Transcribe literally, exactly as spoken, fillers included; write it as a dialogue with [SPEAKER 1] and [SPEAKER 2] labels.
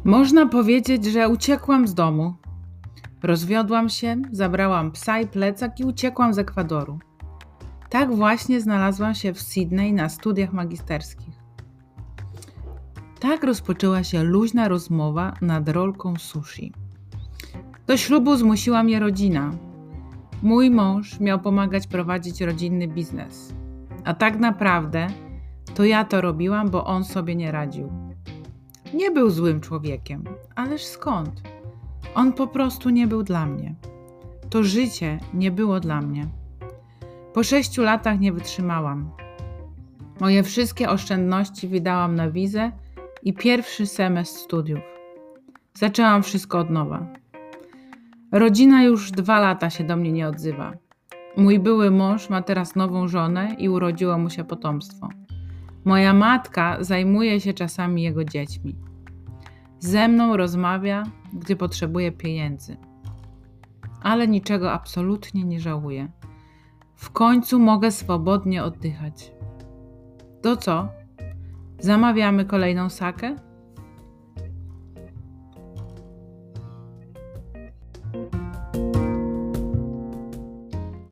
[SPEAKER 1] Można powiedzieć, że uciekłam z domu. Rozwiodłam się, zabrałam psa i plecak i uciekłam z Ekwadoru. Tak właśnie znalazłam się w Sydney na studiach magisterskich. Tak rozpoczęła się luźna rozmowa nad rolką sushi. Do ślubu zmusiła mnie rodzina. Mój mąż miał pomagać prowadzić rodzinny biznes. A tak naprawdę to ja to robiłam, bo on sobie nie radził. Nie był złym człowiekiem, ależ skąd? On po prostu nie był dla mnie. To życie nie było dla mnie. Po sześciu latach nie wytrzymałam. Moje wszystkie oszczędności wydałam na wizę i pierwszy semestr studiów. Zaczęłam wszystko od nowa. Rodzina już dwa lata się do mnie nie odzywa. Mój były mąż ma teraz nową żonę i urodziło mu się potomstwo. Moja matka zajmuje się czasami jego dziećmi. Ze mną rozmawia, gdy potrzebuje pieniędzy. Ale niczego absolutnie nie żałuję. W końcu mogę swobodnie oddychać. To co? Zamawiamy kolejną sakę?